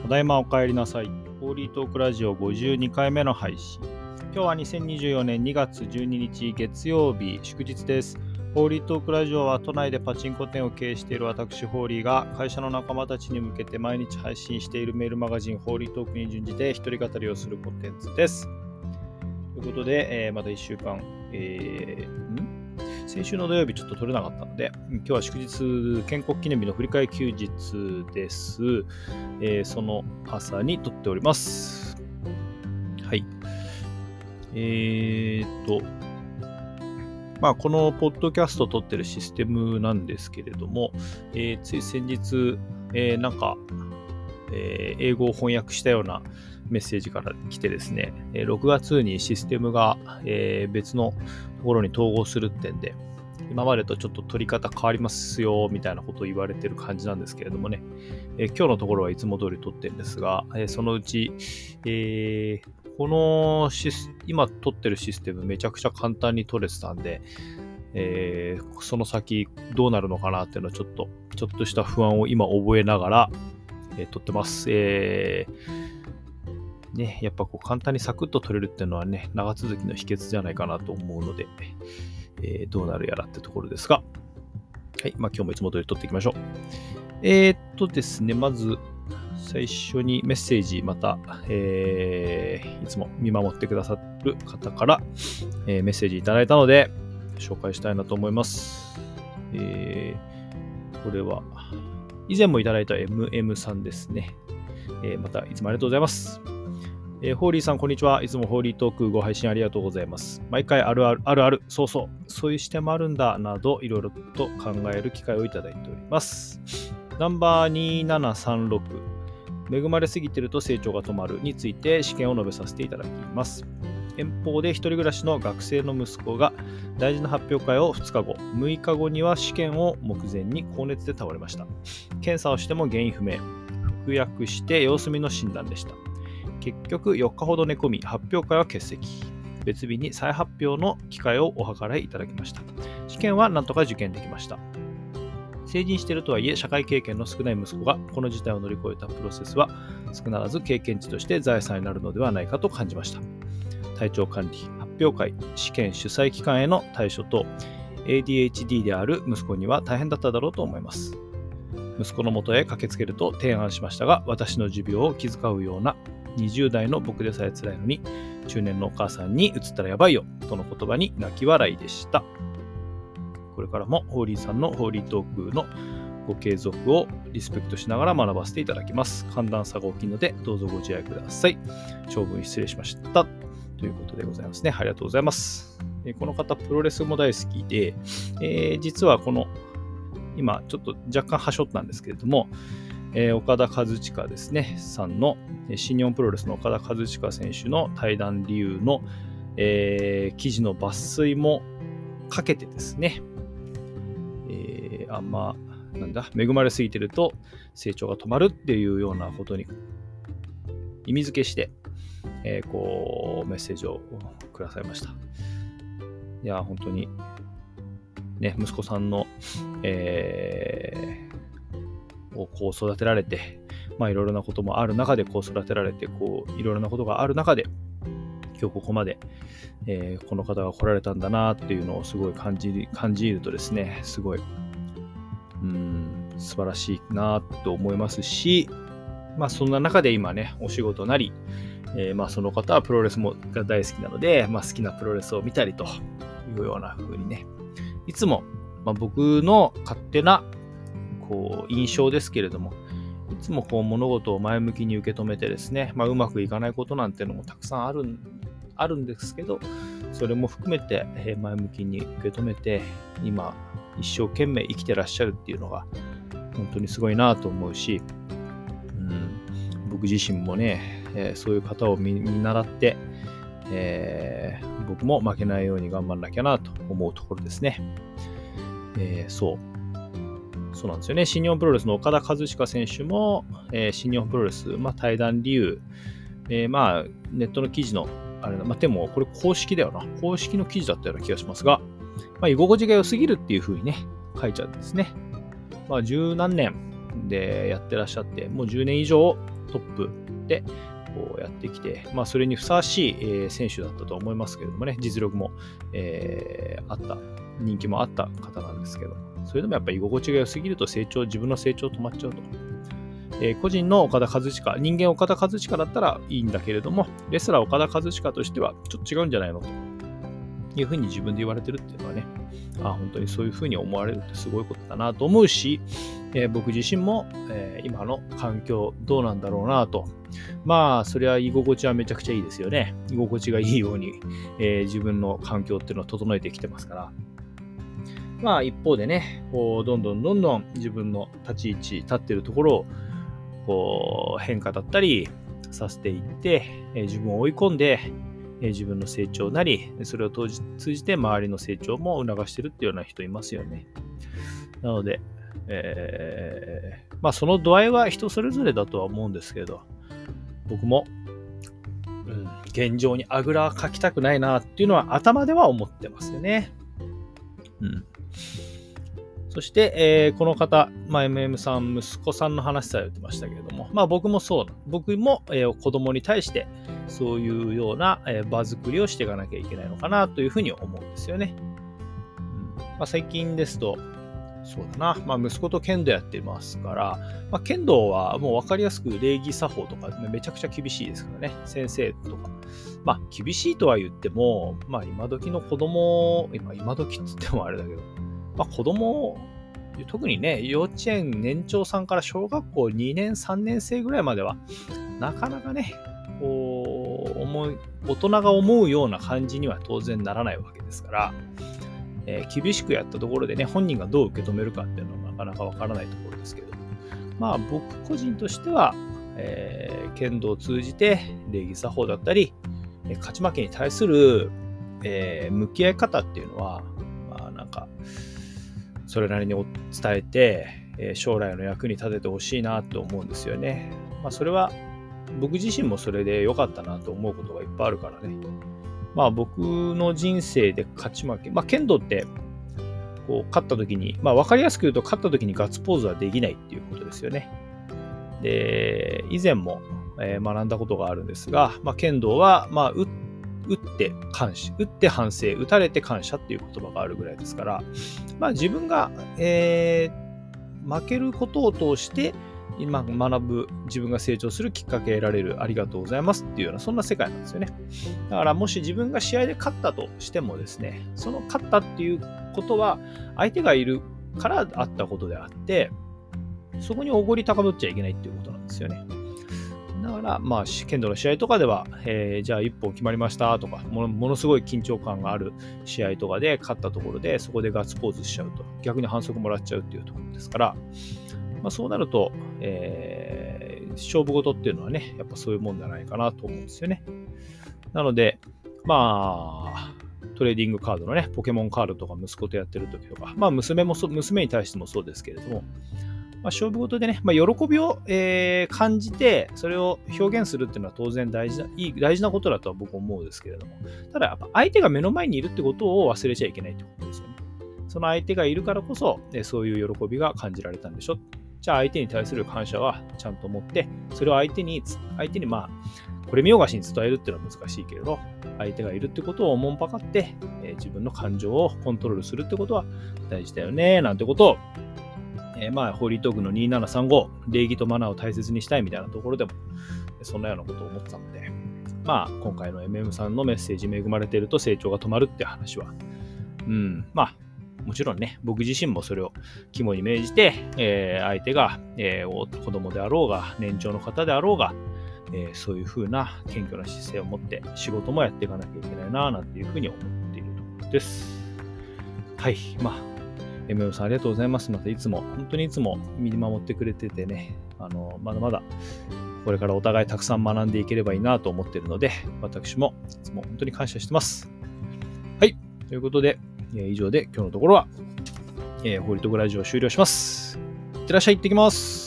ただいまお帰りなさい。ホーリートークラジオ52回目の配信。今日は2024年2月12日月曜日、祝日です。ホーリートークラジオは都内でパチンコ店を経営している私ホーリーが会社の仲間たちに向けて毎日配信しているメールマガジンホーリートークに準じて一人語りをするコンテンツです。ということで、また1週間、先週の土曜日ちょっと撮れなかったので、今日は祝日建国記念日の振り替え休日です。その朝に撮っております。はい。このポッドキャスト撮ってるシステムなんですけれども、つい先日、英語を翻訳したようなメッセージから来てですね、6月にシステムが、別のところに統合するってんで、今までとちょっと取り方変わりますよみたいなことを言われてる感じなんですけれどもね、今日のところはいつも通り撮ってるんですが、そのうち、この今撮ってるシステムめちゃくちゃ簡単に撮れてたんで、その先どうなるのかなっていうのをちょっとした不安を今覚えながら、撮ってます。やっぱこう簡単にサクッと撮れるっていうのはね、長続きの秘訣じゃないかなと思うので、どうなるやらってところですが、はい、今日もいつも通り撮っていきましょう。ですね、まず最初にメッセージまた、いつも見守ってくださる方から、メッセージいただいたので紹介したいなと思います。これは以前もいただいた MM さんですね。またいつもありがとうございます。ホーリーさんこんにちは。いつもホーリートークご配信ありがとうございます。毎回ある、そういう視点もあるんだなどいろいろと考える機会をいただいております。ナンバー2736恵まれすぎてると成長が止まるについて試験を述べさせていただきます。遠方で一人暮らしの学生の息子が大事な発表会を2日後、6日後には試験を目前に高熱で倒れました。検査をしても原因不明、服薬して様子見の診断でした。結局4日ほど寝込み、発表会は欠席。別日に再発表の機会をお計らいいただきました。試験はなんとか受験できました。成人しているとはいえ社会経験の少ない息子がこの事態を乗り越えたプロセスは少なからず経験値として財産になるのではないかと感じました。体調管理、発表会、試験主催機関への対処と ADHD である息子には大変だっただろうと思います。息子の元へ駆けつけると提案しましたが、私の持病を気遣うような20代の僕でさえ辛いのに中年のお母さんに移ったらやばいよとの言葉に泣き笑いでした。これからもホーリーさんのホーリートークのご継続をリスペクトしながら学ばせていただきます。寒暖差が大きいのでどうぞご自愛ください。長文失礼しましたということでございますね。ありがとうございます。この方プロレスも大好きで、実はこの今ちょっと若干はしょったんですけれども、岡田和親ですねさんの新日本プロレスの岡田和親選手の対談理由の、記事の抜粋もかけてですね、恵まれすぎてると成長が止まるっていうようなことに意味付けして、メッセージをくださいました。いや本当にね、息子さんの、をこう育てられて、いろいろなこともある中でこう育てられて、いろいろなことがある中で今日ここまで、この方が来られたんだなっていうのをすごい感じるとですね、すごい素晴らしいなと思いますし、そんな中で今ねお仕事なり、その方はプロレスが大好きなので、好きなプロレスを見たりというような風にね、いつも、僕の勝手な印象ですけれども、いつも物事を前向きに受け止めてですね、うまくいかないことなんてのもたくさんあるんですけど、それも含めて前向きに受け止めて今一生懸命生きてらっしゃるっていうのが本当にすごいなと思うし、僕自身もね、そういう方を見習って、僕も負けないように頑張らなきゃなと思うところですね。そうなんですよね。新日本プロレスの岡田和親選手も、新日本プロレス、対談理由、ネットの記事のあれでもこれ公式だよな。公式の記事だったような気がしますが、居心地が良すぎるっていう風にね、書いちゃうんですね。十何年でやってらっしゃって、もう10年以上トップでこうやってきて、それにふさわしい、選手だったと思いますけれどもね、実力も、あった、人気もあった方なんですけど、それでもやっぱり居心地が良すぎると自分の成長止まっちゃうと。個人の岡田和親、人間岡田和親だったらいいんだけれども、レスラー岡田和親としてはちょっと違うんじゃないのというふうに自分で言われてるっていうのはね、本当にそういうふうに思われるってすごいことだなと思うし、僕自身も、今の環境どうなんだろうなと。それは居心地はめちゃくちゃいいですよね。居心地がいいように、自分の環境っていうのを整えてきてますから。一方でね、こうどんどん自分の立っているところをこう変化だったりさせていって、自分を追い込んで、自分の成長なり、それを通じて周りの成長も促してるっていうような人いますよね。なので、その度合いは人それぞれだとは思うんですけど、僕も、現状にあぐらかきたくないなっていうのは頭では思ってますよね。そして、この方、MM さん、息子さんの話されてましたけれども、僕も、子供に対してそういうような、場作りをしていかなきゃいけないのかなというふうに思うんですよね。最近ですと、そうだな、息子と剣道やってますから、剣道はもう分かりやすく礼儀作法とかめちゃくちゃ厳しいですからね、先生とか。厳しいとは言っても、今時の子供、今時って言ってもあれだけど、子供、特にね、幼稚園年長さんから小学校2年、3年生ぐらいまでは、なかなかね、大人が思うような感じには当然ならないわけですから、厳しくやったところでね、本人がどう受け止めるかっていうのはなかなかわからないところですけど、僕個人としては、剣道を通じて礼儀作法だったり、勝ち負けに対する、向き合い方っていうのは、それなりに伝えて、将来の役に立ててほしいなと思うんですよね。それは僕自身もそれで良かったなと思うことがいっぱいあるからね。僕の人生で勝ち負け、剣道ってこう勝った時に、分かりやすく言うと勝った時にガッツポーズはできないっていうことですよね。で、以前も、学んだことがあるんですが、剣道は打って感謝、打って反省、打たれて感謝っていう言葉があるぐらいですから、自分が、負けることを通して今学ぶ、自分が成長するきっかけを得られる、ありがとうございますっていうような、そんな世界なんですよね。だからもし自分が試合で勝ったとしてもですね、その勝ったっていうことは相手がいるからあったことであって、そこにおごり高ぶっちゃいけないっていうことなんですよね。だから剣道の試合とかでは、じゃあ一本決まりましたとか、ものすごい緊張感がある試合とかで勝ったところでそこでガッツポーズしちゃうと、逆に反則もらっちゃうっていうところですから、そうなると、勝負事っていうのはね、やっぱそういうもんじゃないかなと思うんですよね。なので、トレーディングカードのね、ポケモンカードとか息子とやってる時とか、娘に対してもそうですけれども、勝負事でね、喜びを、感じて、それを表現するっていうのは当然大事なことだとは僕は思うんですけれども、ただやっぱ相手が目の前にいるってことを忘れちゃいけないってことですよね。その相手がいるからこそ、そういう喜びが感じられたんでしょ。じゃあ相手に対する感謝はちゃんと持って、それを相手にこれ見よがしに伝えるっていうのは難しいけれど、相手がいるってことをおもんぱかって、自分の感情をコントロールするってことは大事だよね、なんてことを、ホーリートークの2735、礼儀とマナーを大切にしたいみたいなところでも、そんなようなことを思ってたので、今回の MM さんのメッセージ、恵まれていると成長が止まるって話は、もちろんね、僕自身もそれを肝に銘じて、相手が、子供であろうが、年長の方であろうが、そういうふうな謙虚な姿勢を持って仕事もやっていかなきゃいけないな、なんていうふうに思っているところです。はい。MM さんありがとうございます。また本当にいつも見守ってくれててね、まだまだこれからお互いたくさん学んでいければいいなと思っているので、私もいつも本当に感謝してます。はい。ということで、以上で今日のところは、ホーリートークラジオを終了します。いってらっしゃい、行ってきます。